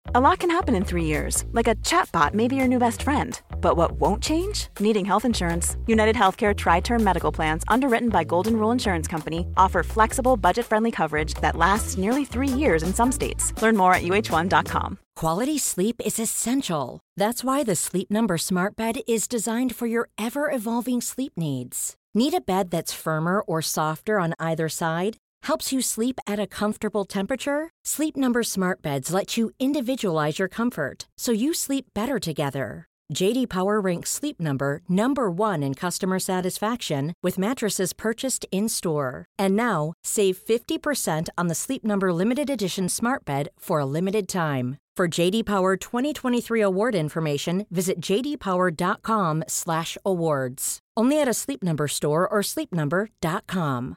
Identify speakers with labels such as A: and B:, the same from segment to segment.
A: A lot can happen in 3 years, like a chatbot may be your new best friend. But what won't change? Needing health insurance. United Healthcare Tri-Term Medical Plans, underwritten by Golden Rule Insurance Company, offer flexible, budget-friendly coverage that lasts nearly 3 years in some states. Learn more at uh1.com.
B: Quality sleep is essential. That's why the Sleep Number Smart Bed is designed for your ever-evolving sleep needs. Need a bed that's firmer or softer on either side? Helps you sleep at a comfortable temperature? Sleep Number Smart Beds let you individualize your comfort, so you sleep better together. J.D. Power ranks Sleep Number #1 in customer satisfaction with mattresses purchased in-store. And now, save 50% on the Sleep Number Limited Edition Smart Bed for a limited time. For J.D. Power 2023 award information, visit jdpower.com/awards. Only at a Sleep Number store or sleepnumber.com.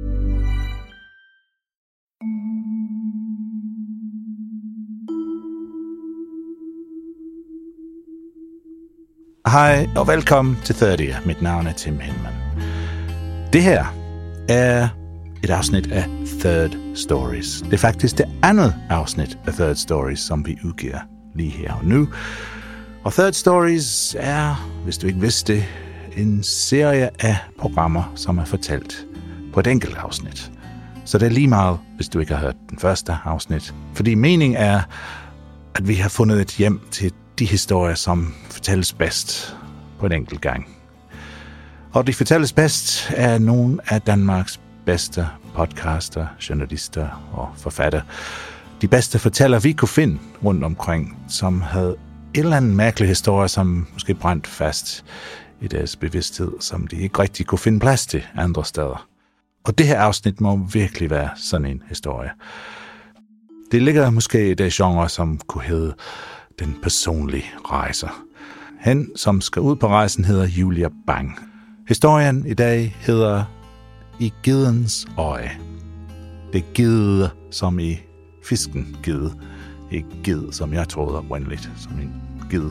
C: Hej og velkommen til 30. Mit navn er Tim Hinman. Det her er et afsnit af Third Stories. Det er faktisk det andet afsnit af Third Stories, som vi udgiver lige her og nu. Og Third Stories er, hvis du ikke vidste det, en serie af programmer, som er fortalt på et enkelt afsnit. Så det er lige meget, hvis du ikke har hørt den første afsnit. Fordi meningen er, at vi har fundet et hjem til de historier, som fortælles bedst på en enkelt gang. Og de fortælles bedst af nogle af Danmarks bedste podcaster, journalister og forfattere. De bedste fortæller, vi kunne finde rundt omkring, som havde en eller anden mærkelig historie, som måske brændt fast i deres bevidsthed, som de ikke rigtig kunne finde plads til andre steder. Og det her afsnit må virkelig være sådan en historie. Det ligger måske i det genre, som kunne hedde den personlige rejser. Han, som skal ud på rejsen, hedder Julia Bang. Historien i dag hedder I gedens øje. Det er gede, som i fisken gede. Ikke ged, som jeg troede oprindeligt, som en ged.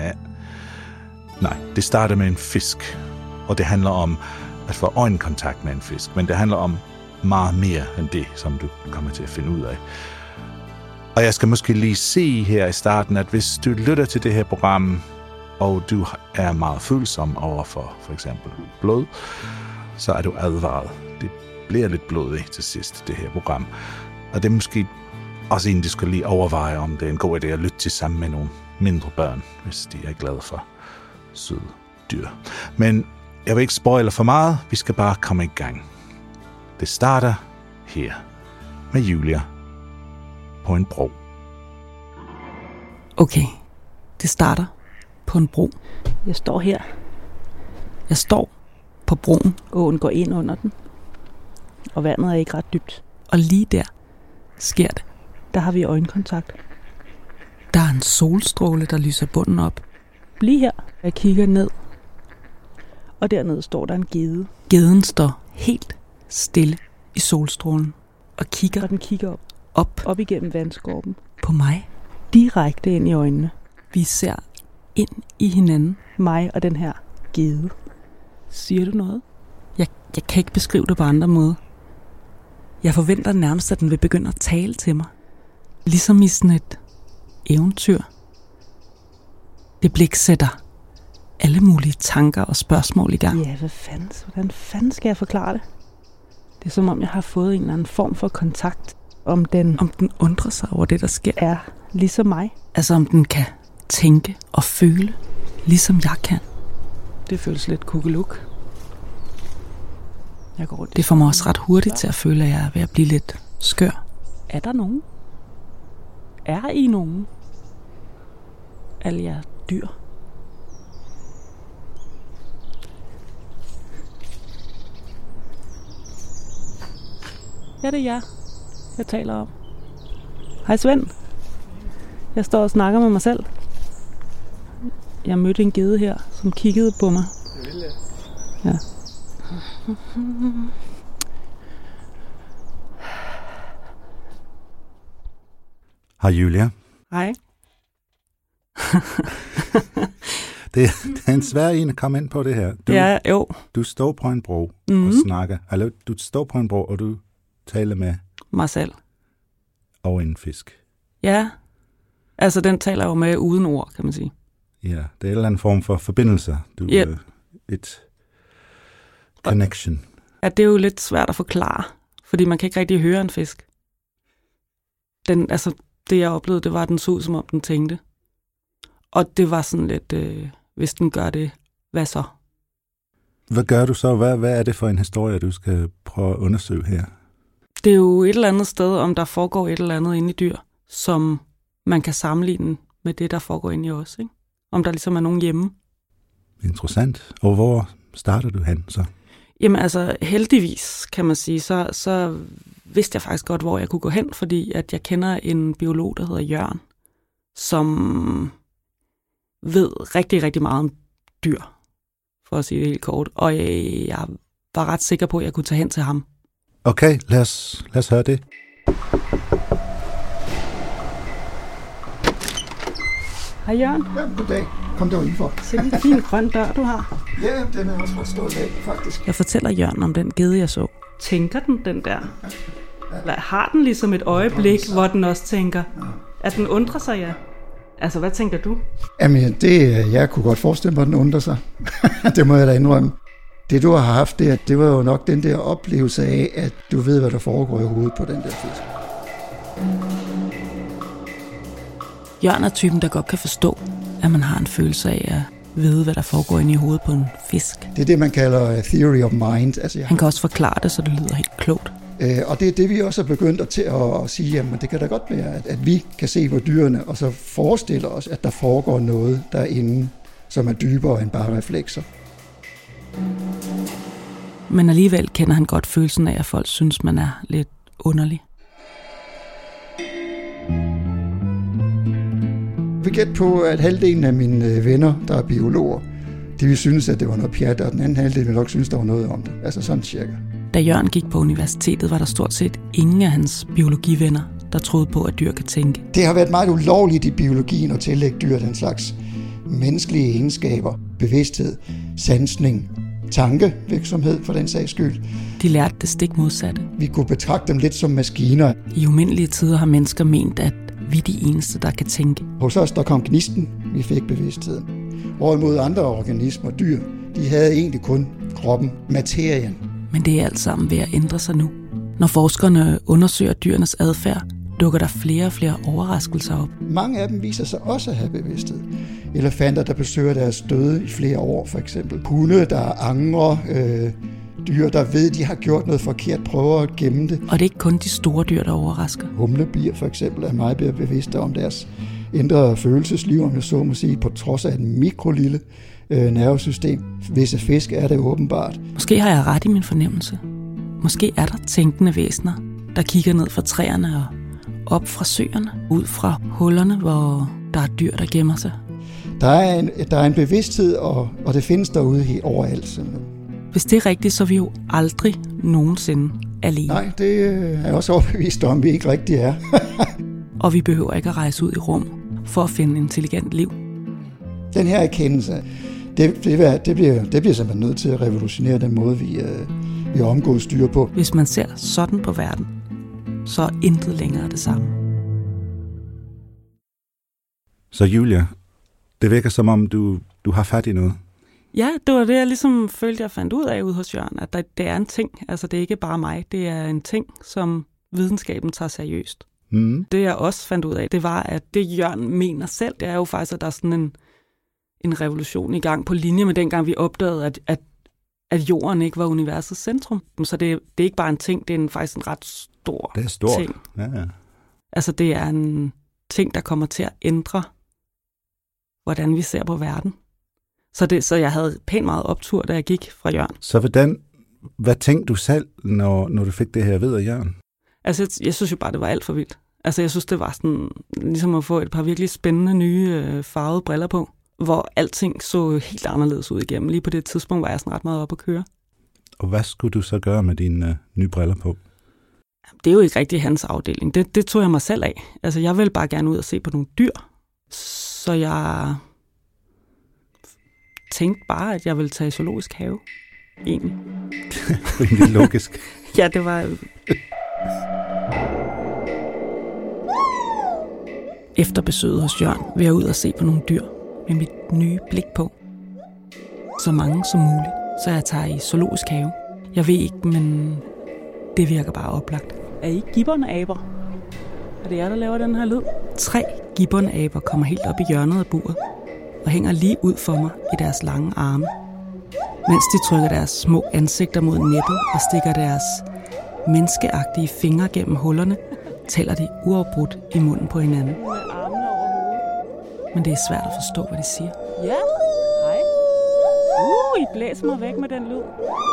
C: Nej, det starter med en fisk, og det handler om at få øjenkontakt med en fisk, men det handler om meget mere end det, som du kommer til at finde ud af. Og jeg skal måske lige sige her i starten, at hvis du lytter til det her program, og du er meget følsom over for eksempel blod, så er du advaret. Det bliver lidt blodigt til sidst, det her program. Og det er måske også en, du skal lige overveje, om det er en god idé at lytte til sammen med nogle mindre børn, hvis de er glade for søde dyr. Men jeg vil ikke spoile for meget, vi skal bare komme i gang. Det starter her med Julia på en bro.
D: Okay, det starter på en bro.
E: Jeg står her.
D: Jeg står på broen.
E: Åen går ind under den. Og vandet er ikke ret dybt.
D: Og lige der sker det.
E: Der har vi øjenkontakt.
D: Der er en solstråle, der lyser bunden op.
E: Lige her. Jeg kigger ned. Og dernede står der en gede.
D: Geden står helt stille i solstrålen. Og kigger.
E: Og den kigger
D: op.
E: Op igennem vandskorpen.
D: På mig.
E: Direkte ind i øjnene.
D: Vi ser ind i hinanden.
E: Mig og den her gede. Siger du noget?
D: Jeg kan ikke beskrive det på andre måder. Jeg forventer nærmest, at den vil begynde at tale til mig. Ligesom i sådan et eventyr. Det blik sætter alle mulige tanker og spørgsmål i gang.
E: Ja, hvordan fanden skal jeg forklare det? Det er som om, jeg har fået en eller anden form for kontakt. Om den
D: undrer sig over det, der sker.
E: Er ligesom mig.
D: Altså om den kan tænke og føle, ligesom jeg kan.
E: Det føles lidt kugeluk. Jeg går rundt.
D: Det får mig også ret hurtigt til at føle, at jeg er ved at blive lidt skør.
E: Er der nogen? Er I nogen? Alle jer dyr? Ja, det er jer, jeg taler om. Hej Svend. Jeg står og snakker med mig selv. Jeg mødte en gede her, som kiggede på mig. Ja.
C: Hej Julia.
E: Hej.
C: Det er en svær en at komme ind på det her. Du står på en bro og snakker. Eller du står på en bro, og du taler med
D: mig selv.
C: Og en fisk.
D: Ja.
E: Altså, den taler jo med uden ord, kan man sige.
C: Ja, det er en eller anden form for forbindelser. Et connection.
E: Ja, det er jo lidt svært at forklare, fordi man kan ikke rigtig høre en fisk. Det jeg oplevede, det var, at den så ud, som om den tænkte. Og det var sådan lidt, hvis den gør det, hvad så?
C: Hvad gør du så? Hvad er det for en historie, du skal prøve at undersøge her?
E: Det er jo et eller andet sted, om der foregår et eller andet inde i dyr, som man kan sammenligne med det, der foregår inde i os. Ikke? Om der ligesom er nogen hjemme.
C: Interessant. Og hvor starter du hen så?
E: Jamen altså, heldigvis kan man sige, så vidste jeg faktisk godt, hvor jeg kunne gå hen, fordi at jeg kender en biolog, der hedder Jørgen, som ved rigtig, rigtig meget om dyr, for at sige det helt kort. Og jeg var ret sikker på, at jeg kunne tage hen til ham.
C: Okay, lad os høre det.
E: Hej Jørgen.
F: Ja, goddag. Kom der indenfor.
E: Se en fin grøn dør, du har.
F: Ja, den er også ret stolt af, faktisk.
E: Jeg fortæller Jørgen om den gede, jeg så. Tænker den der? Eller har den ligesom et øjeblik, hvor den også tænker, at den undrer sig, ja? Altså, hvad tænker du?
F: Jamen, jeg kunne godt forestille mig, at den undrer sig. Det må jeg da indrømme. Det, du har haft der, det var jo nok den der oplevelse af, at du ved, hvad der foregår i hovedet på den der fisk.
E: Jørgen er typen, der godt kan forstå, at man har en følelse af at vide, hvad der foregår inde i hovedet på en fisk.
F: Det er det, man kalder theory of mind. Altså,
E: Han kan også forklare det, så det lyder helt klogt.
F: Og det er det, vi også er begyndt at sige, jamen det kan da godt være, at vi kan se på dyrene, og så forestiller os, at der foregår noget derinde, som er dybere end bare reflekser.
E: Men alligevel kender han godt følelsen af, at folk synes, man er lidt underlig.
F: Vi gætter på, at halvdelen af mine venner, der er biologer, de vil synes, at det var noget pjat, og den anden halvdel vil nok synes, der var noget om det. Altså sådan cirka.
E: Da Jørgen gik på universitetet, var der stort set ingen af hans biologivenner, der troede på, at dyr kan tænke.
F: Det har været meget ulovligt i biologien at tillægge dyr den slags menneskelige egenskaber, bevidsthed, sansning, tankevirksomhed for den sags skyld.
E: De lærte det stik modsatte.
F: Vi kunne betragte dem lidt som maskiner.
E: I umindelige tider har mennesker ment, at vi er de eneste, der kan tænke.
F: Hos os der kom gnisten, vi fik bevidstheden. Hvorimod andre organismer, dyr, de havde egentlig kun kroppen, materien.
E: Men det er alt sammen ved at ændre sig nu. Når forskerne undersøger dyrenes adfærd, dukker der flere og flere overraskelser op.
F: Mange af dem viser sig også at have bevidsthed. Elefanter, der besøger deres døde i flere år, for eksempel. Hunde, der angrer. Dyr, der ved, de har gjort noget forkert, prøver at gemme det.
E: Og det er ikke kun de store dyr, der overrasker.
F: Humlebier for eksempel er meget mere bevidste om deres ændrede følelsesliv, om jeg så må sige, på trods af et mikrolille nervesystem. Visse fisk er det åbenbart.
E: Måske har jeg ret i min fornemmelse. Måske er der tænkende væsener, der kigger ned fra træerne og op fra søerne, ud fra hullerne, hvor der er dyr, der gemmer sig.
F: Der er en bevidsthed, og det findes derude overalt simpelthen.
E: Hvis det er rigtigt, så er vi jo aldrig nogensinde alene.
F: Nej, det er jeg også overbevist om, vi ikke rigtig er.
E: Og vi behøver ikke at rejse ud i rum for at finde intelligent liv.
F: Den her erkendelse, det bliver simpelthen nødt til at revolutionere den måde, vi omgås dyr på.
E: Hvis man ser sådan på verden, så er intet længere det samme.
C: Så Julia, det virker som om, du har fat i noget.
E: Ja, det var det, jeg ligesom følte, jeg fandt ud af ude hos Jørgen, at det er en ting. Altså, det er ikke bare mig. Det er en ting, som videnskaben tager seriøst. Mm. Det, jeg også fandt ud af, det var, at det Jørgen mener selv, det er jo faktisk, at der er sådan en revolution i gang på linje med dengang, vi opdagede, at jorden ikke var universets centrum. Så det er ikke bare en ting, det er faktisk en ret stor ting. Det er stort, ting. Ja. Altså, det er en ting, der kommer til at ændre, hvordan vi ser på verden. Så jeg havde pænt meget optur, da jeg gik fra Jørgen.
C: Så hvad tænkte du selv, når du fik det her ved af Jørgen?
E: Altså, jeg synes jo bare, det var alt for vildt. Altså, jeg synes, det var sådan, ligesom at få et par virkelig spændende nye farvede briller på, hvor alting så helt anderledes ud igennem. Lige på det tidspunkt var jeg sådan ret meget op at køre.
C: Og hvad skulle du så gøre med dine nye briller på?
E: Det er jo ikke rigtig hans afdeling. Det tog jeg mig selv af. Altså, jeg ville bare gerne ud og se på nogle dyr. Så jeg tænkte bare, at jeg ville tage i zoologisk have. Egentlig.
C: Rimelig logisk.
E: Ja, det var...
D: Efter besøget hos Jørgen vil jeg ud og se på nogle dyr med mit nye blik på. Så mange som muligt, så jeg tager i zoologisk have. Jeg ved ikke, men det virker bare oplagt.
E: Er I gibbon-aber? Er det jer, der laver den her lyd?
D: 3 gibbon-aber kommer helt op i hjørnet af buret og hænger lige ud for mig i deres lange arme. Mens de trykker deres små ansigter mod nettet og stikker deres menneskeagtige fingre gennem hullerne, taler de uafbrudt i munden på hinanden. Men det er svært at forstå, hvad de siger.
E: Ja, hej. I blæser mig væk med den lyd.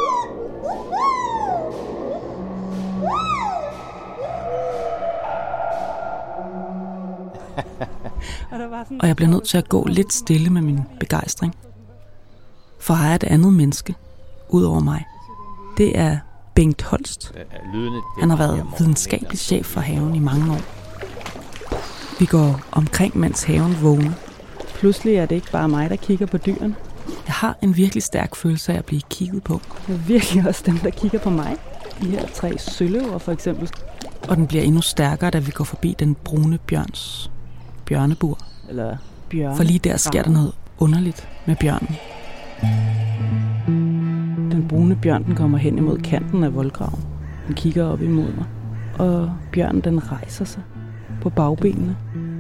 D: Og jeg bliver nødt til at gå lidt stille med min begejstring. For har jeg et andet menneske, ud over mig. Det er Bengt Holst. Han har været videnskabelig chef for haven i mange år. Vi går omkring, mens haven vågner.
E: Pludselig er det ikke bare mig, der kigger på dyrene.
D: Jeg har en virkelig stærk følelse af at blive kigget på.
E: Det er virkelig også dem, der kigger på mig. De her 3 søløver for eksempel.
D: Og den bliver endnu stærkere, da vi går forbi den brune bjørns bjørnebur.
E: Eller bjørne.
D: For lige der sker der noget underligt med bjørnen.
E: Den brune bjørn, den kommer hen imod kanten af voldgraven. Den kigger op imod mig. Og bjørnen, den rejser sig på bagbenene.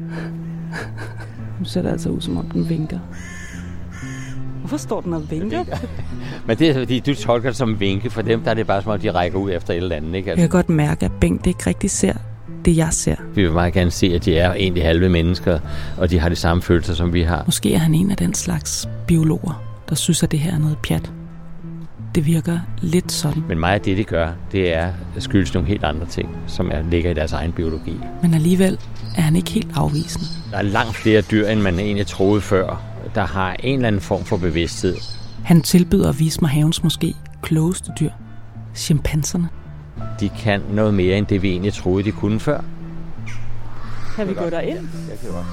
E: Nu ser det altså ud, som om den vinker. Hvorfor står den og vinker?
G: Men det er fordi, du tolker det som vinke. For dem, der er det bare som om, de rækker ud efter et eller andet. Ikke?
D: Jeg kan godt mærke, at Bengt ikke rigtig ser det, jeg ser.
G: Vi vil meget gerne se, at de er egentlig halve mennesker, og de har de samme følelser, som vi har.
D: Måske er han en af den slags biologer, der synes, at det her er noget pjat. Det virker lidt sådan.
G: Men meget af det, de gør, det er skyldes nogle helt andre ting, som ligger i deres egen biologi.
D: Men alligevel er han ikke helt afvisende.
G: Der er langt flere dyr, end man egentlig troede før, der har en eller anden form for bevidsthed.
D: Han tilbyder at vise mig havens måske klogeste dyr. Chimpanserne.
G: De kan noget mere, end det vi egentlig troede, de kunne før.
E: Kan vi gå derind?
G: Jeg kan godt.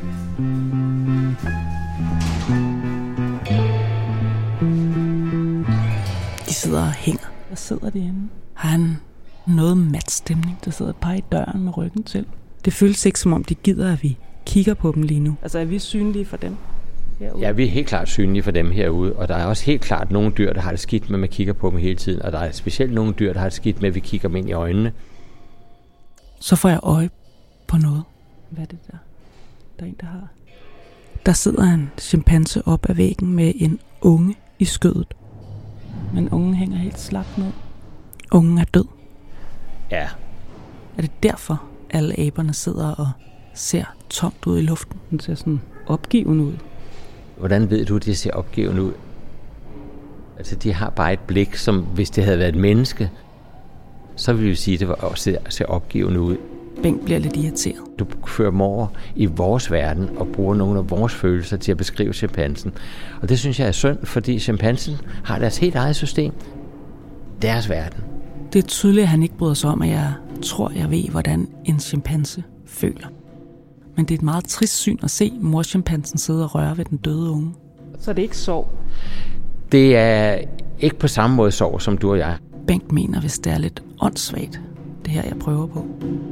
D: De sidder og hænger.
E: Hvor sidder de inde?
D: Har han noget mat stemning?
E: Der sidder et par i døren med ryggen til.
D: Det føles ikke, som om de gider, at vi kigger på dem lige nu.
E: Altså, er vi synlige for dem herude?
G: Ja, vi er helt klart synlige for dem herude. Og der er også helt klart nogle dyr, der har det skidt med, at man kigger på dem hele tiden. Og der er specielt nogle dyr, der har det skidt med, at vi kigger dem ind i øjnene.
D: Så får jeg øje på noget.
E: Hvad er det der? Der er en, der har...
D: Der sidder en chimpanse op ad væggen med en unge i skødet.
E: Men ungen hænger helt slapt ned.
D: Ungen er død.
G: Ja.
D: Er det derfor, alle aberne sidder og ser tomt ud i luften?
E: Den ser sådan opgivende ud.
G: Hvordan ved du, at de ser opgivende ud? Altså, de har bare et blik, som hvis det havde været et menneske, så ville vi sige, at det var ser opgivende ud.
D: Bengt bliver lidt irriteret.
G: Du fører dem over i vores verden og bruger nogle af vores følelser til at beskrive chimpansen. Og det synes jeg er synd, fordi chimpansen har deres helt eget system. Deres verden.
D: Det er tydeligt, at han ikke bryder sig om, at jeg tror, jeg ved, hvordan en chimpanse føler. Men det er et meget trist syn at se morchimpansen sidde og røre ved den døde unge.
E: Så det er ikke sorg?
G: Det er ikke på samme måde sorg, som du og jeg.
D: Bengt mener, hvis det er lidt åndssvagt, det her, jeg prøver på.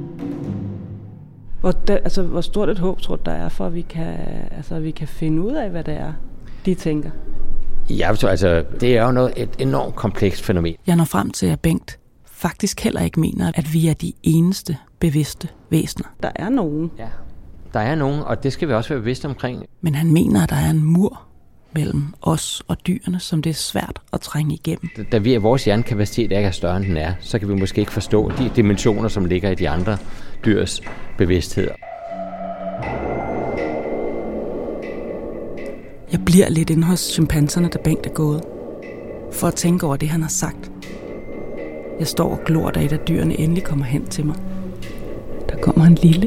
E: Hvor stort et håb tror du, der er for, at vi kan finde ud af, hvad det er, de tænker?
G: Ja, altså, det er jo et enormt komplekst fænomen.
D: Jeg når frem til, at Bengt faktisk heller ikke mener, at vi er de eneste bevidste væsener.
E: Der er nogen.
G: Ja, der er nogen, og det skal vi også være bevidste omkring.
D: Men han mener, at der er en mur mellem os og dyrene, som det er svært at trænge igennem.
G: Da vores hjernekapacitet ikke er større, end den er, så kan vi måske ikke forstå de dimensioner, som ligger i de andre dyrs bevidsthed.
D: Jeg bliver lidt inde hos chimpanserne, da Bengt er gået, for at tænke over det, han har sagt. Jeg står og glor, da et af dyrene endelig kommer hen til mig. Der kommer en lille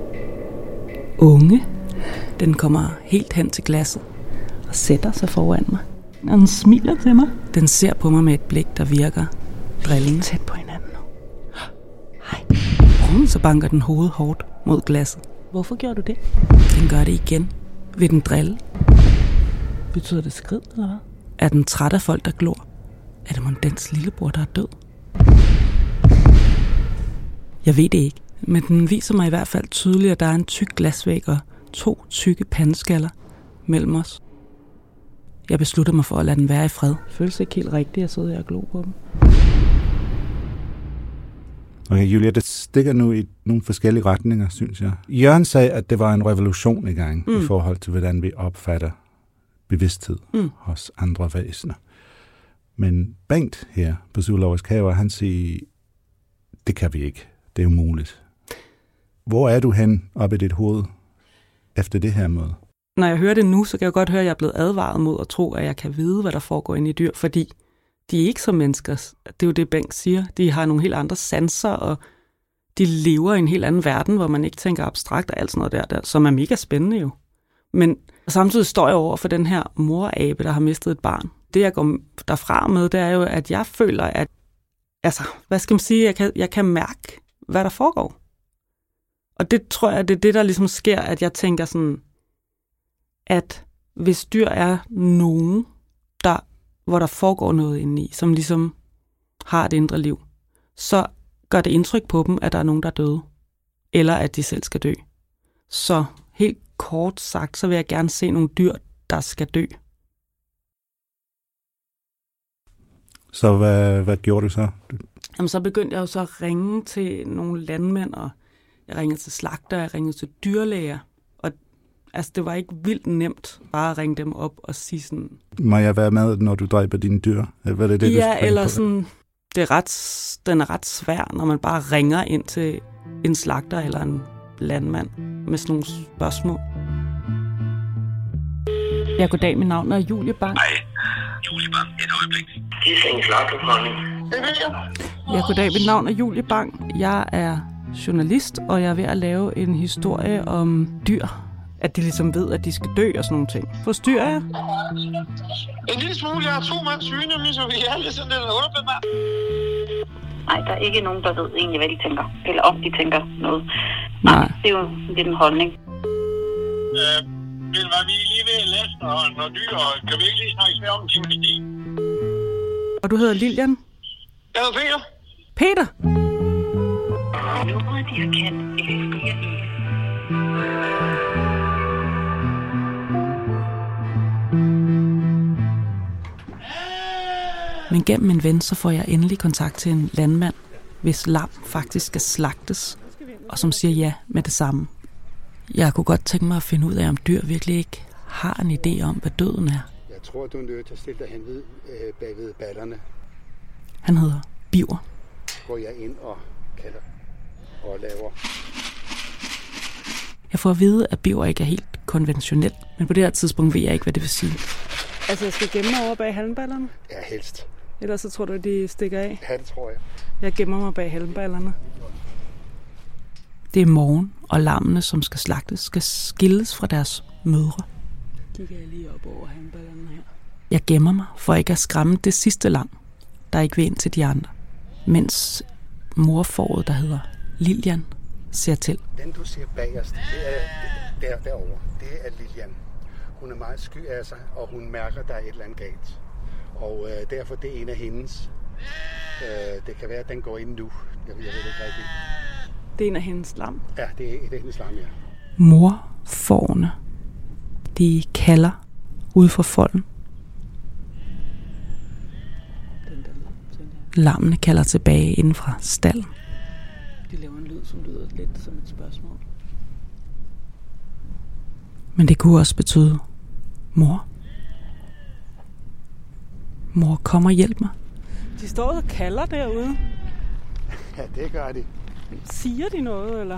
D: unge. Den kommer helt hen til glasset og sætter sig foran mig.
E: Og den smiler til mig.
D: Den ser på mig med et blik, der virker drillende.
E: Tæt på hinanden nu.
D: Hej. Så banker den hovedet hårdt mod glasset.
E: Hvorfor gjorde du det?
D: Den gør det igen. Vil den drille?
E: Betyder det skrid, eller hvad?
D: Er den træt af folk, der glor? Er det mon dens lillebror, der er død? Jeg ved det ikke.
E: Men den viser mig i hvert fald tydeligt, at der er en tyk glasvæg og 2 tykke pandeskaller mellem os. Jeg beslutter mig for at lade den være i fred. Det føles ikke helt rigtigt, at sidde her og glo på dem.
C: Okay, Julia, det stikker nu i nogle forskellige retninger, synes jeg. Jørgen sagde, at det var en revolution i gang i forhold til, hvordan vi opfatter bevidsthed hos andre væsener. Men Bengt her på Zoologisk Have, han siger, det kan vi ikke. Det er umuligt. Hvor er du hen op i dit hoved efter det her møde?
E: Når jeg hører det nu, så kan jeg godt høre, at jeg er blevet advaret mod at tro, at jeg kan vide, hvad der foregår inde i dyr, fordi de er ikke som mennesker. Det er jo det, Bengt siger. De har nogle helt andre sanser, og de lever i en helt anden verden, hvor man ikke tænker abstrakt og alt sådan noget der, som er mega spændende jo. Men samtidig står jeg over for den her morabe, der har mistet et barn. Det, jeg går derfra med, det er jo, at jeg føler, at hvad skal man sige, jeg kan mærke, hvad der foregår. Og det tror jeg, det er det, der ligesom sker, at jeg tænker sådan, at hvis dyr er nogen, hvor der foregår noget indeni, som ligesom har et indre liv, så gør det indtryk på dem, at der er nogen, der er døde, eller at de selv skal dø. Så helt kort sagt, så vil jeg gerne se nogle dyr, der skal dø.
C: Så hvad gjorde du så?
E: Jamen, så begyndte jeg jo så at ringe til nogle landmænd, og jeg ringede til slagter, jeg ringede til dyrlæger. Og altså, det var ikke vildt nemt bare at ringe dem op og sige sådan...
C: Må jeg være med, når du dræber dine dyr? Hvad er det,
E: ja, eller sådan... Den er ret svær, når man bare ringer ind til en slagter eller en landmand med sådan nogle spørgsmål. Ja, goddag, mit navn er Julie Bang.
H: Hej, Julie Bang, et øjeblik. Det er en slagterforretning. Det ved jeg.
E: Ja, goddag, mit navn er Julie Bang. Jeg er journalist, og jeg er ved at lave en historie om dyr. At de ligesom ved, at de skal dø og sådan nogle ting. Forstyrrer jeg?
H: En lille smule. Jeg har 2 mand syge, nemlig, så vi er lidt sådan lidt underbemandet.
I: Nej, der er ikke nogen, der ved egentlig, hvad de tænker. Eller om de tænker noget.
E: Nej.
I: Det er jo lidt en holdning.
H: Vil hvad vi lige ved at læse når dyr, kan vi ikke lige snakke mere om din idé?
E: Og du hedder Lilian?
H: Jeg hedder Peter.
E: Peter?
I: Nummeret, de har kendt, eksisterer ikke.
E: Men gennem en ven, så får jeg endelig kontakt til en landmand, hvis lam faktisk skal slagtes, og som siger ja med det samme. Jeg kunne godt tænke mig at finde ud af, om dyr virkelig ikke har en idé om, hvad døden er.
F: Jeg tror, du er nødt til at stille dig hen bagved ballerne.
E: Han hedder Biver.
F: Går jeg ind og kalder og laver.
E: Jeg får at vide, at Biver ikke er helt konventionel, men på det her tidspunkt ved jeg ikke, hvad det vil sige. Altså, jeg skal gemme mig over bag halmballerne?
F: Ja, helst.
E: Ellers så tror du, at de stikker af?
F: Ja, det tror jeg.
E: Jeg gemmer mig bag halmballerne. Det er morgen, og lammene, som skal slagtes, skal skilles fra deres mødre. Kigger jeg lige op over halmballerne her. Jeg gemmer mig, for ikke at skræmme det sidste lam, der ikke vil ind til de andre. Mens morfåret, der hedder Lilian, ser til.
F: Den, du ser bagerst, det er derovre. Det er Lilian. Hun er meget sky af sig, og hun mærker, at der er et eller andet galt. Og derfor det er en af hendes. Det kan være, at den går ind nu. Jeg ved ikke rigtigt.
E: Det er en af hendes lam?
F: Ja, det er et af hendes lam, ja.
E: Morfårene, de kalder ude for folden. Lammene kalder tilbage inden fra stallen. De laver en lyd, som lyder lidt som et spørgsmål. Men det kunne også betyde, mor. Mor, kom og hjælp mig. De står og kalder derude.
F: Ja, det gør de.
E: Siger de noget, eller?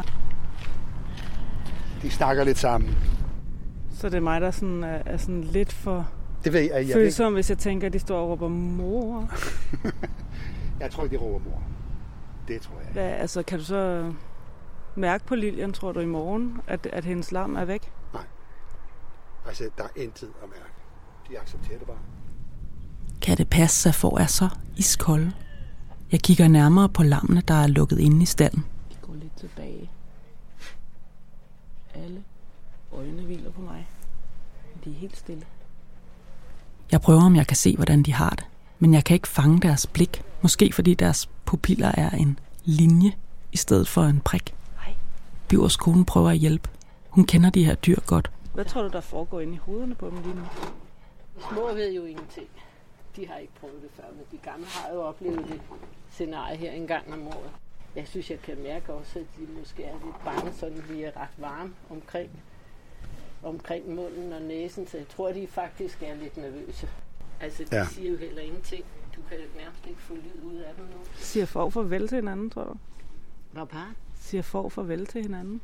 F: De snakker lidt sammen.
E: Så det er mig, der sådan er sådan lidt for
F: det ved jeg
E: følsom, hvis jeg tænker, at de står og råber mor.
F: Jeg tror, de råber mor. Det tror jeg.
E: Ja, altså, kan du så mærke på Lilian, tror du, i morgen, at hendes lam er væk?
F: Nej. Altså, der er intet at mærke. De accepterer det bare.
E: Kan det passe, at får er så iskolde? Jeg kigger nærmere på lammene, der er lukket inde i stallen. De går lidt tilbage. Alle øjne hviler på mig. De er helt stille. Jeg prøver, om jeg kan se, hvordan de har det. Men jeg kan ikke fange deres blik. Måske fordi deres pupiller er en linje i stedet for en prik.
D: Bivers kone prøver at hjælpe. Hun kender de her dyr godt.
E: Hvad tror du, der foregår inde i hovederne på dem lige nu?
J: Små ved jo ingenting. De har ikke prøvet det før, men de gamle har jo oplevet det scenarie her en gang om året. Jeg synes, jeg kan mærke også, at de måske er lidt bange, sådan vi er ret varme omkring munden og næsen, så jeg tror, de faktisk er lidt nervøse. Altså, de siger jo heller ingenting. Du kan jo nærmest ikke få lyd ud af dem nu.
E: Siger får farvel til hinanden, tror du?
J: Hvad par?
E: Siger får farvel til hinanden?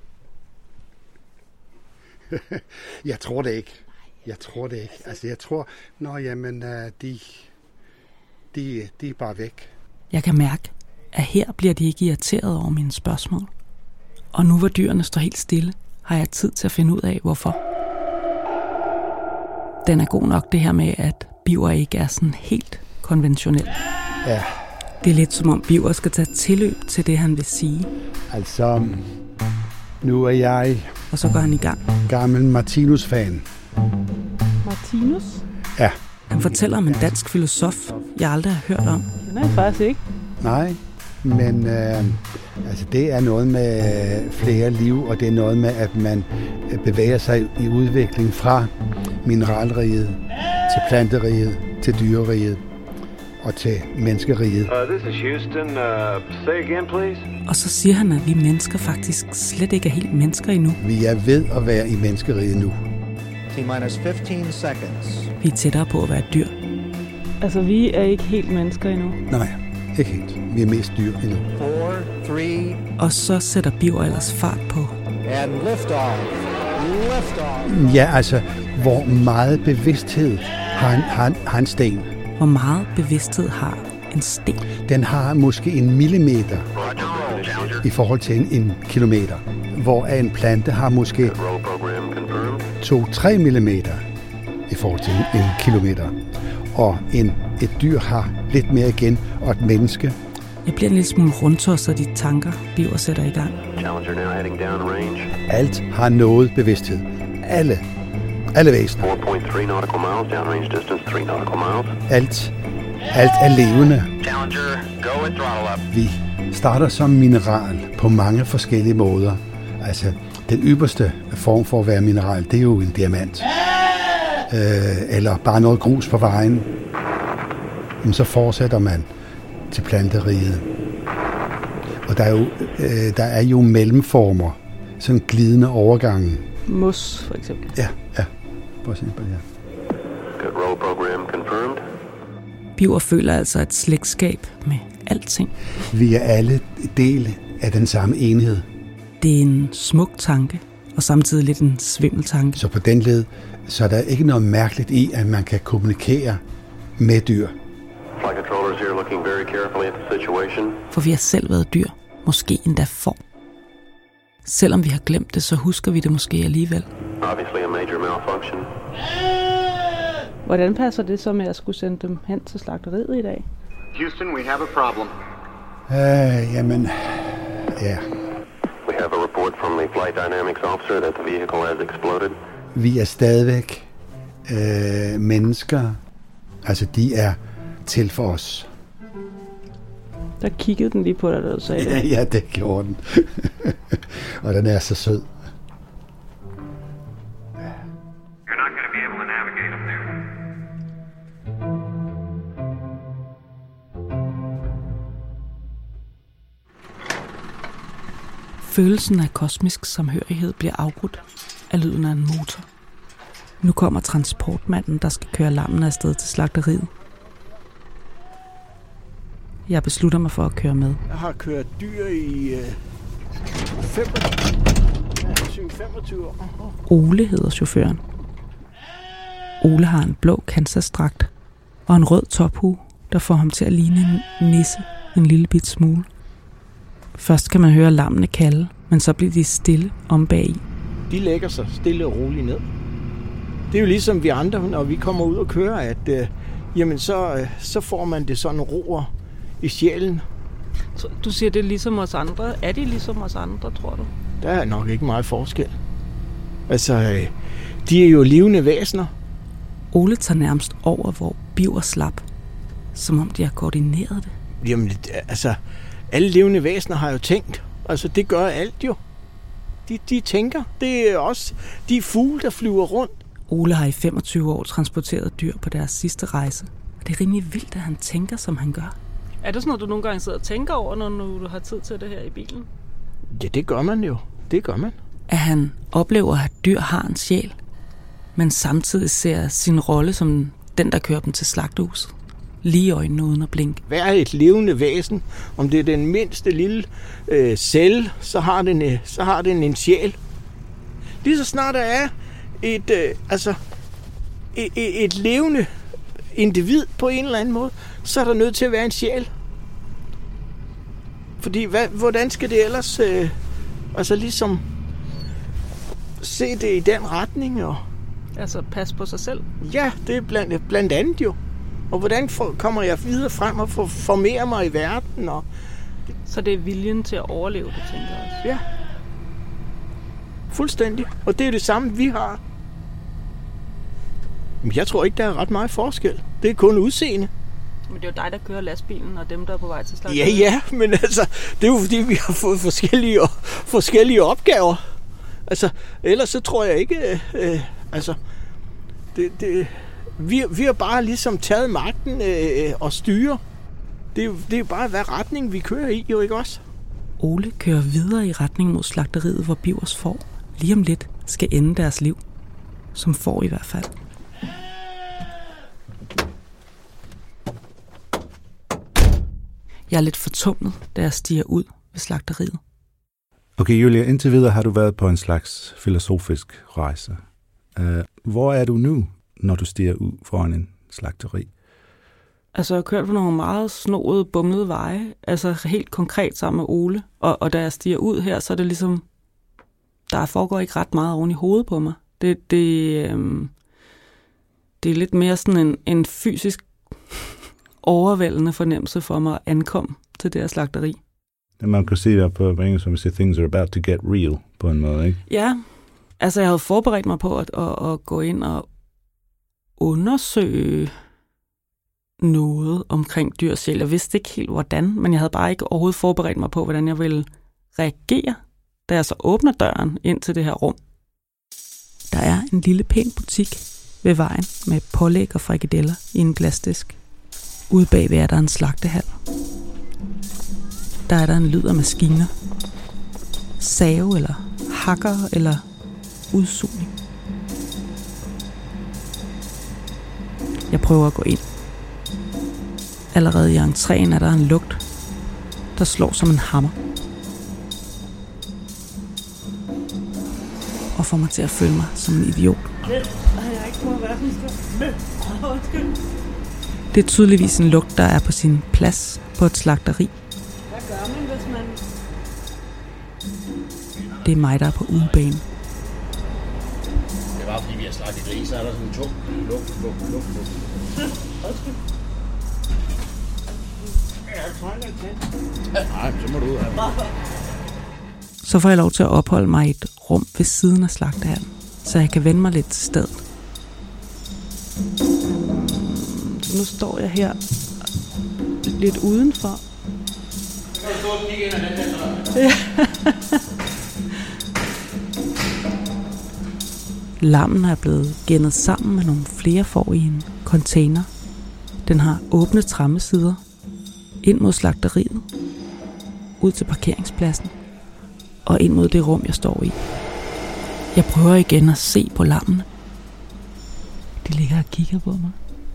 F: Jeg tror det ikke. Altså, jeg tror, de er bare væk.
D: Jeg kan mærke, at her bliver de ikke irriteret over mine spørgsmål. Og nu hvor dyrene står helt stille, har jeg tid til at finde ud af, hvorfor. Den er god nok, det her med, at Biver ikke er sådan helt konventionel.
F: Ja.
D: Det er lidt som om Biver skal tage tilløb til det, han vil sige.
F: Altså, nu er jeg...
D: Og så går han i gang.
F: Gammel Martinus-fan.
E: Martinus?
F: Ja.
D: Han fortæller om en dansk filosof, jeg aldrig har hørt om.
E: Den er jeg faktisk ikke.
F: Nej, men altså det er noget med flere liv, og det er noget med, at man bevæger sig i udvikling fra mineralriget til planteriget, til dyreriget og til menneskeriget.
K: This is Houston. Say again, please.
D: Og så siger han, at vi mennesker faktisk slet ikke er helt mennesker endnu.
F: Vi er ved at være i menneskeriget nu.
L: T-minus 15 seconds.
D: Vi er tættere på at være dyr.
E: Altså, vi er ikke helt mennesker endnu.
F: Nej, ikke helt. Vi er mest dyr endnu.
L: 4, 3...
D: Og så sætter Biver ellers fart på.
L: And lift off. Lift off.
F: Ja, altså, hvor meget bevidsthed har en sten?
D: Hvor meget bevidsthed har en sten?
F: Den har måske 1 millimeter i forhold til en kilometer. Hvor en plante har måske 2-3 millimeter i forhold til en kilometer. Og et dyr har lidt mere igen, og et menneske.
D: Jeg bliver en lille smule rundtosset af de tanker, Biver sætter i gang.
F: Alt har noget bevidsthed. Alle væsener. Alt er levende. Vi starter som mineral på mange forskellige måder. Altså, den ypperste form for at være mineral, det er jo en diamant. Eller bare noget grus på vejen. Men så fortsætter man til planteriget. Og der er jo mellemformer, sådan glidende overgange.
E: Mos, for eksempel.
F: Ja, for eksempel, ja.
D: Biver føler altså et slægtskab med alting.
F: Vi er alle del af den samme enhed.
D: Det er en smuk tanke, og samtidig lidt en svimmeltanke.
F: Så på den led, så er der ikke noget mærkeligt i, at man kan kommunikere med dyr.
D: For vi har selv været dyr, måske endda får. Selvom vi har glemt det, så husker vi det måske alligevel.
E: Hvordan passer det så med at skulle sende dem hen til slagteriet i dag?
K: Houston, we have a problem.
F: Jamen, ja.
K: We have a report from the flight dynamics officer that the vehicle has exploded.
F: Vi er stadigvæk mennesker. Altså, de er til for os.
E: Der kiggede den lige på dig, da du sagde det.
F: Ja, det gjorde den. Og den er så sød.
K: You're not going to be able to navigate up there.
D: Følelsen af kosmisk samhørighed bliver afbrudt af lyden af en motor. Nu kommer transportmanden, der skal køre lammene afsted til slagteriet. Jeg beslutter mig for at køre med.
M: Jeg har kørt dyr i 25 år.
D: Ole hedder chaufføren. Ole har en blå Kansas-dragt og en rød tophue, der får ham til at ligne en nisse en lille bit smule. Først kan man høre lammene kalde, men så bliver de stille om bagi.
M: De lægger sig stille og roligt ned. Det er jo ligesom vi andre, når vi kommer ud og kører, at jamen så får man det sådan ro i sjælen.
E: Så du siger, det er ligesom os andre. Er de ligesom os andre, tror du?
M: Der er nok ikke meget forskel. Altså, de er jo levende væsener.
D: Ole tager nærmest over, hvor Biver slap. Som om de har koordineret det.
M: Jamen, altså, alle levende væsener har jo tænkt. Altså, det gør alt jo. De tænker. Det er også de fugle, der flyver rundt.
E: Ole har i 25 år transporteret dyr på deres sidste rejse. Og det er rimelig vildt, at han tænker, som han gør. Er det sådan noget, du nogle gange sidder og tænker over, når du har tid til det her i bilen?
M: Ja, det gør man jo. Det gør man.
E: At han oplever, at dyr har en sjæl, men samtidig ser sin rolle som den, der kører dem til slagtehuset. Lige i øjnene uden at blinke.
M: Hver et levende væsen, om det er den mindste lille celle, så har den en sjæl. Lige så snart der er et levende individ på en eller anden måde, så er der nødt til at være en sjæl. Fordi hvordan skal det ellers ligesom se det i den retning? Og
E: altså passe på sig selv?
M: Ja, det er blandt andet jo. Og hvordan kommer jeg videre frem og formerer mig i verden? Og
E: så det er viljen til at overleve, du tænker også?
M: Ja. Fuldstændig. Og det er det samme, vi har. Men jeg tror ikke, der er ret meget forskel. Det er kun udseende.
E: Men det er jo dig, der kører lastbilen, og dem, der er på vej til slagteriet.
M: Ja, men altså, det er jo fordi, vi har fået forskellige opgaver. Altså, ellers så tror jeg ikke, vi har bare ligesom taget magten og styre. Det er jo bare, hvad retning vi kører i, jo ikke også?
E: Ole kører videre i retning mod slagteriet, hvor Bivers får lige om lidt skal ende deres liv. Som får i hvert fald. Jeg er lidt fortumlet, da jeg stiger ud ved slagteriet.
C: Okay, Julia, indtil videre har du været på en slags filosofisk rejse. Hvor er du nu, når du stiger ud foran en slagteri?
E: Altså, jeg har kørt på nogle meget snoede, bumlede veje. Altså, helt konkret sammen med Ole. Og da jeg stiger ud her, så er det ligesom... Der foregår ikke ret meget oven i hovedet på mig. Det er lidt mere sådan en fysisk overvældende fornemmelse for mig at ankomme til det her slagteri.
C: Man kan sige der på engelsk, som siger, things are about to get real på en måde, ikke?
E: Ja, altså jeg havde forberedt mig på at gå ind og undersøge noget omkring dyrs sjæl. Jeg vidste ikke helt hvordan, men jeg havde bare ikke overhovedet forberedt mig på, hvordan jeg ville reagere, da jeg så åbner døren ind til det her rum. Der er en lille pæn butik ved vejen med pålæg og frikadeller i en glasdisk. Ude bagved er der en slagtehal. Der er der en lyd af maskiner. Save eller hakker eller udsugning. Jeg prøver at gå ind. Allerede i entréen er der en lugt, der slår som en hammer. Og får mig til at føle mig som en idiot. Det er tydeligvis en lugt, der er på sin plads på et slagteri.
J: Hvad gør man, hvis man...
E: Det er mig, der er på udebane.
N: Det er bare fordi, vi har slagtet grise, så er der sådan en tung lugt. Nej, så må du ud af.
E: Så får jeg lov til at opholde mig i et rum ved siden af slagtehallen, så jeg kan vende mig lidt til stedet. Så nu står jeg her lidt udenfor.
N: Så kan du stå og kigge ind ad den her.
E: Ja. Lammen er blevet gennet sammen med nogle flere får i en container. Den har åbne trammesider ind mod slagteriet, ud til parkeringspladsen og ind mod det rum, jeg står i. Jeg prøver igen at se på lammene. De ligger og kigger på mig.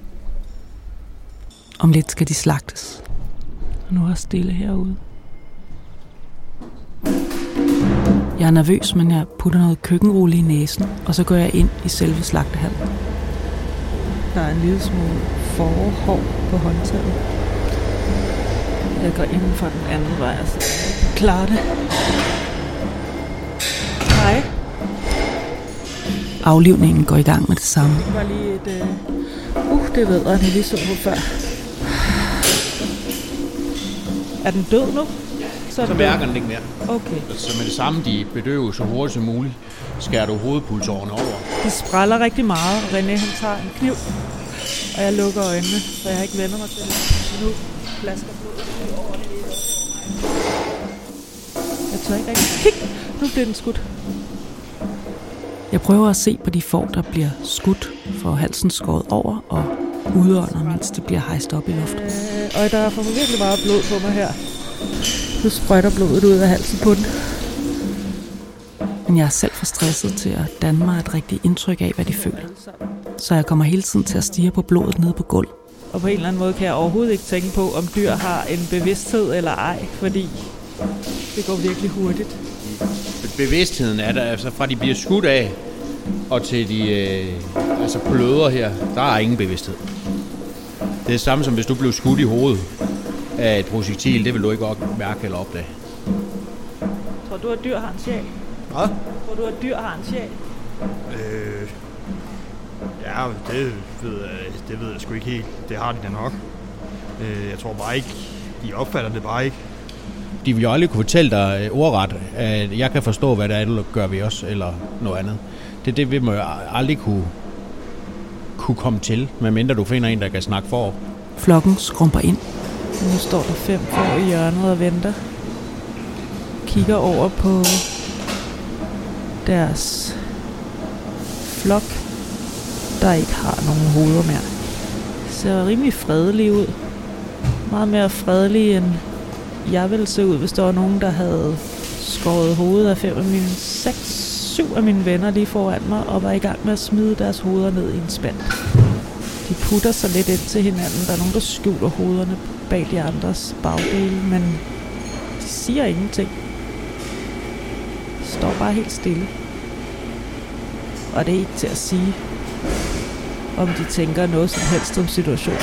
E: Om lidt skal de slagtes. Og nu er jeg stille herude. Jeg er nervøs, men jeg putter noget køkkenrulle i næsen, og så går jeg ind i selve slagtehallen. Der er en lille smule forhår på håndtaget. Jeg går inden for den anden vej, så klarer det. Hej. Aflivningen går i gang med det samme. Det var lige et... det ved jeg, det lige så på før. Er den død nu?
N: Så mærker den ikke mere.
E: Okay.
N: Så med det samme, de bedøver så hurtigt som muligt, skærer du hovedpulsårene over.
E: De spræller rigtig meget, og René han tager en kniv, og jeg lukker øjnene, for jeg har ikke vendt mig til det. Nu flasker blodet over det hele. Jeg tør ikke rigtig kigge. Nu bliver den skudt.
D: Jeg prøver at se på de får, der bliver skudt, for halsen skåret over og udånder, mens det bliver hejst op i luften.
E: Og der får virkelig meget blod på mig her. Nu sprøjter blodet ud af halsen på den.
D: Men jeg er selv for stresset til at danne mig et rigtigt indtryk af, hvad de føler. Så jeg kommer hele tiden til at stirre på blodet nede på gulvet.
E: Og på en eller anden måde kan jeg overhovedet ikke tænke på, om dyr har en bevidsthed eller ej, fordi det går virkelig hurtigt.
N: Bevidstheden er der, altså fra de bliver skudt af, og til de bløder her, der er ingen bevidsthed. Det er det samme som hvis du blev skudt i hovedet af et projektil, det vil du ikke mærke eller opdage.
E: Tror du, at dyr har en sjæl?
M: Hvad?
E: Tror du, at dyr har en sjæl?
O: Ja, det ved jeg sgu ikke helt. Det har de da nok. Jeg tror bare ikke, de opfatter det bare ikke.
N: De vil jo aldrig kunne fortælle dig ordret, at jeg kan forstå, hvad det er, du gør ved os, eller noget andet. Det vil man jo aldrig kunne komme til, medmindre du finder en, der kan snakke for.
D: Flokken skrumper ind.
E: Nu står der 5 får i hjørnet og venter. Kigger over på deres flok, der ikke har nogen hoveder mere. Ser rimelig fredelige ud. Meget mere fredelige, end jeg ville se ud, hvis der var nogen, der havde skåret hovedet af 7 af mine venner lige foran mig, og var i gang med at smide deres hoveder ned i en spand. De putter sig lidt ind til hinanden. Der er nogen, der skjuler hovederne bag de andres bagdele, men de siger ingenting. De står bare helt stille. Og det er ikke til at sige, om de tænker noget som helst om situationen.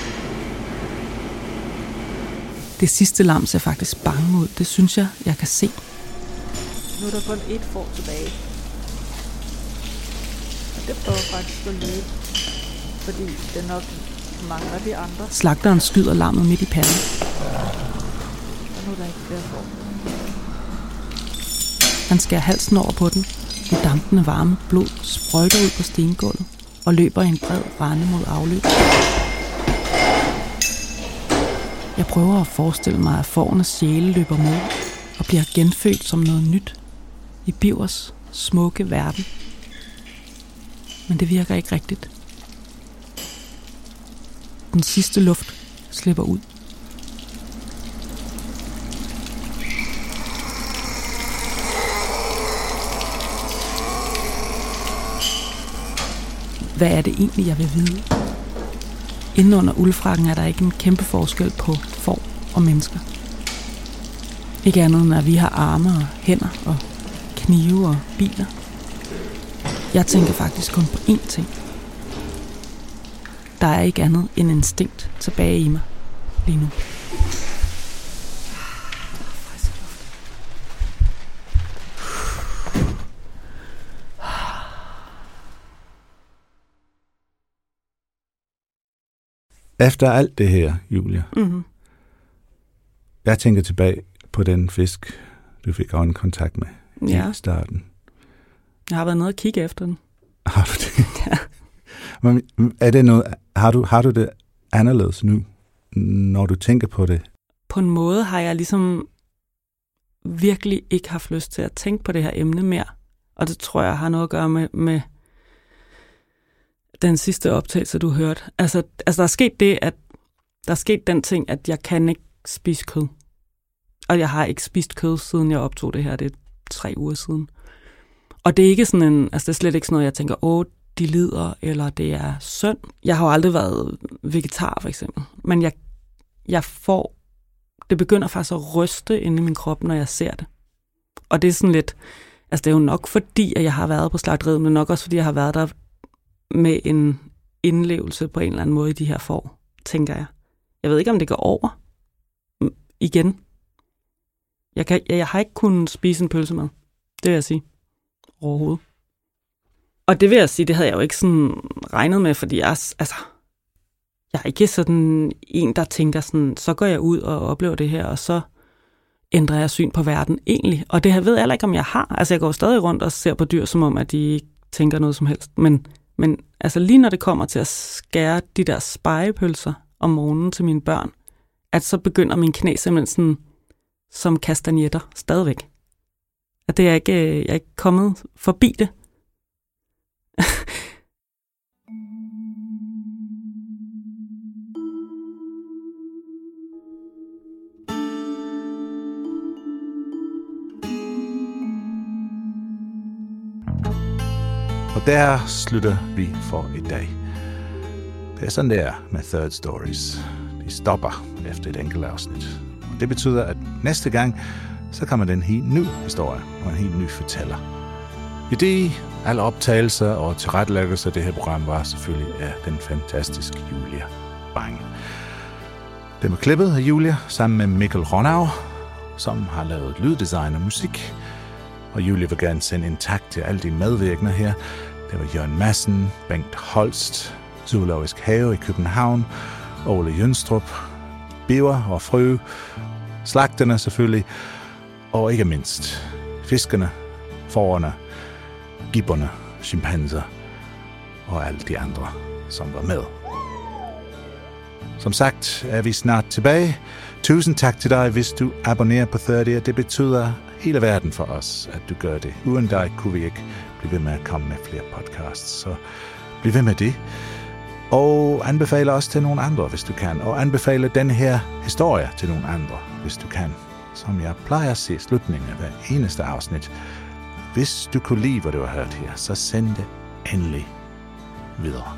D: Det sidste lam ser faktisk bange ud. Det synes jeg kan se.
E: Nu er der kun 1 får tilbage. Og det prøver faktisk at løbe, fordi det nok mangler de andre.
D: Slagteren skyder lammet midt i panden.
E: Og nu er der ikke flere får.
D: Han skærer halsen over på den. Det dampende varme blod sprøjter ud på stengulvet og løber i en bred rende mod afløb. Jeg prøver at forestille mig, at fårenes sjæle løber med og bliver genfødt som noget nyt i Bivers smukke verden. Men det virker ikke rigtigt. Den sidste luft slipper ud. Hvad er det egentlig, jeg vil vide? Inden under uldfrakken er der ikke en kæmpe forskel på får og mennesker. Ikke andet end, at vi har arme og hænder og knive og biler. Jeg tænker faktisk kun på én ting. Der er ikke andet end instinkt tilbage i mig lige nu.
C: Efter alt det her, Julia, jeg tænker tilbage på den fisk, du fik øjenkontakt med i starten.
D: Jeg har været nede og kigge efter den.
C: Har du det?
D: Ja.
C: Men er det noget, har du det anderledes nu, når du tænker på det?
D: På en måde har jeg ligesom virkelig ikke haft lyst til at tænke på det her emne mere. Og det tror jeg har noget at gøre med den sidste optagelse, du hørte. Altså der er sket det, at der er sket den ting, at jeg kan ikke spise kød. Og jeg har ikke spist kød, siden jeg optog det her. Det er 3 uger siden. Og det er ikke sådan en, altså det er slet ikke sådan noget, jeg tænker, de lider, eller det er synd. Jeg har jo aldrig været vegetar, for eksempel. Men jeg får, det begynder faktisk at ryste inde i min krop, når jeg ser det. Og det er sådan lidt, altså det er jo nok fordi, at jeg har været på slagteriet, men nok også fordi, jeg har været der med en indlevelse på en eller anden måde i de her får, tænker jeg. Jeg ved ikke, om det går over igen. Jeg har ikke kunnet spise en pølsemad. Det vil jeg sige. Overhovedet. Og det vil jeg sige, det havde jeg jo ikke sådan regnet med, fordi jeg er ikke sådan en, der tænker sådan, så går jeg ud og oplever det her, og så ændrer jeg syn på verden egentlig. Og det ved jeg heller ikke, om jeg har. Altså jeg går stadig rundt og ser på dyr, som om, at de ikke tænker noget som helst. Men altså lige når det kommer til at skære de der spegepølser om morgenen til mine børn, at så begynder min knæ simpelthen sådan som kastanjetter stadigvæk. At det er jeg er ikke kommet forbi det.
C: Og der slutter vi for i dag. Det er sådan der med Third Stories. De stopper efter et enkelt afsnit. Og det betyder, at næste gang, så kommer den helt ny historie og en helt ny fortæller. I det, alle optagelser og tilrettelæggelser af det her program var selvfølgelig af den fantastiske Julia Bang. Det var klippet af Julia sammen med Mikkel Ronau, som har lavet lyddesign og musik. Og Julie vil gerne sende en tak til alle de medvirkende her. Det var Jørgen Madsen, Bengt Holst, Zoologisk Have i København, Ole Jønstrup, Biver og Frø, slagterne selvfølgelig, og ikke mindst fiskerne, fårene, gibberne, chimpanser og alle de andre, som var med. Som sagt er vi snart tilbage. Tusind tak til dig, hvis du abonnerer på 30. Det betyder hele verden for os, at du gør det. Uden dig kunne vi ikke blive ved med at komme med flere podcasts. Så bliv ved med det. Og anbefale os til nogle andre, hvis du kan. Og anbefale denne her historie til nogle andre, hvis du kan. Som jeg plejer at se i slutningen af hver eneste afsnit. Hvis du kunne lide, hvad du har hørt her, så send det endelig videre.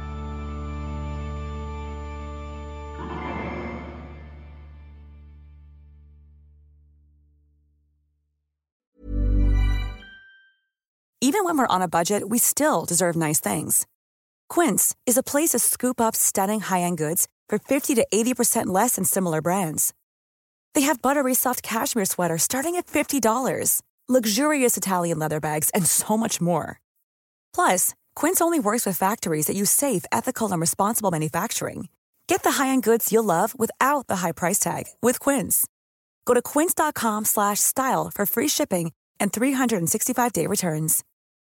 P: Even when we're on a budget, we still deserve nice things. Quince is a place to scoop up stunning high-end goods for 50 to 80% less than similar brands. They have buttery soft cashmere sweaters starting at $50, luxurious Italian leather bags, and so much more. Plus, Quince only works with factories that use safe, ethical, and responsible manufacturing. Get the high-end goods you'll love without the high price tag with Quince. Go to quince.com/style for free shipping and 365-day returns.